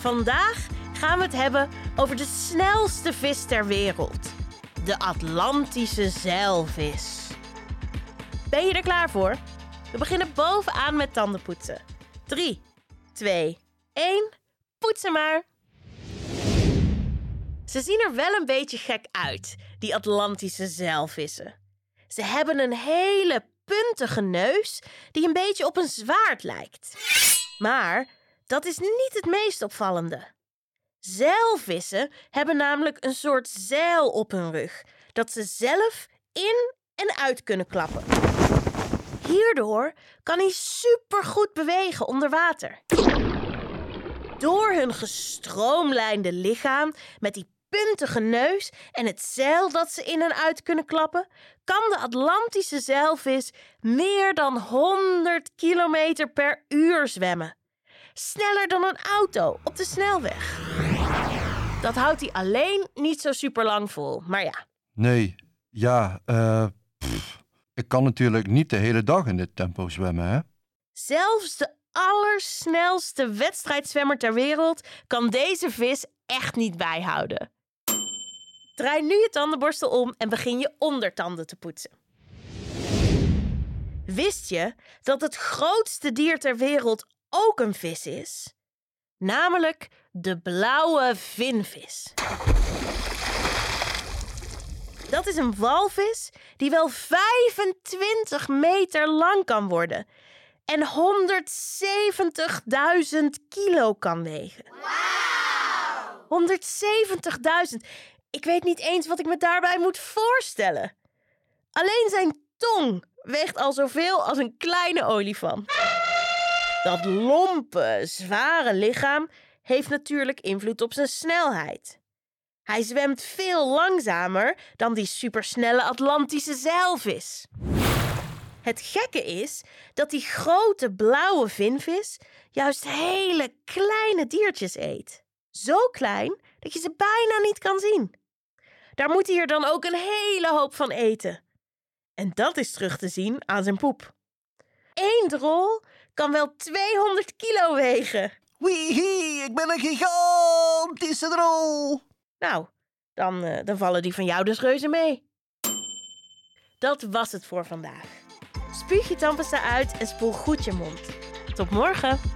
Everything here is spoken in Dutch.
Vandaag gaan we het hebben over de snelste vis ter wereld. De Atlantische zeilvis. Ben je er klaar voor? We beginnen bovenaan met tandenpoetsen. 3, 2, 1, poetsen maar. Ze zien er wel een beetje gek uit, die Atlantische zeilvissen. Ze hebben een hele puntige neus die een beetje op een zwaard lijkt. Maar dat is niet het meest opvallende. Zeilvissen hebben namelijk een soort zeil op hun rug, dat ze zelf in en uit kunnen klappen. Hierdoor kan hij supergoed bewegen onder water. Door hun gestroomlijnde lichaam met die puntige neus en het zeil dat ze in en uit kunnen klappen, kan de Atlantische zeilvis meer dan 100 kilometer per uur zwemmen. Sneller dan een auto op de snelweg. Dat houdt hij alleen niet zo super lang vol, maar ja. Nee, ja, ik kan natuurlijk niet de hele dag in dit tempo zwemmen, hè? Zelfs de allersnelste wedstrijdzwemmer ter wereld kan deze vis echt niet bijhouden. Draai nu je tandenborstel om en begin je ondertanden te poetsen. Wist je dat het grootste dier ter wereld ook een vis is? Namelijk de blauwe vinvis. Dat is een walvis die wel 25 meter lang kan worden en 170.000 kilo kan wegen. Wauw! 170.000. Ik weet niet eens wat ik me daarbij moet voorstellen. Alleen zijn tong weegt al zoveel als een kleine olifant. Dat lompe, zware lichaam heeft natuurlijk invloed op zijn snelheid. Hij zwemt veel langzamer dan die supersnelle Atlantische zeilvis. Het gekke is dat die grote blauwe vinvis juist hele kleine diertjes eet. Zo klein dat je ze bijna niet kan zien. Daar moet hij er dan ook een hele hoop van eten. En dat is terug te zien aan zijn poep. 1 drol kan wel 200 kilo wegen. Wee, ik ben een gigantische drol. Nou, dan vallen die van jou dus reuze mee. Dat was het voor vandaag. Spuug je tandpasta uit en spoel goed je mond. Tot morgen!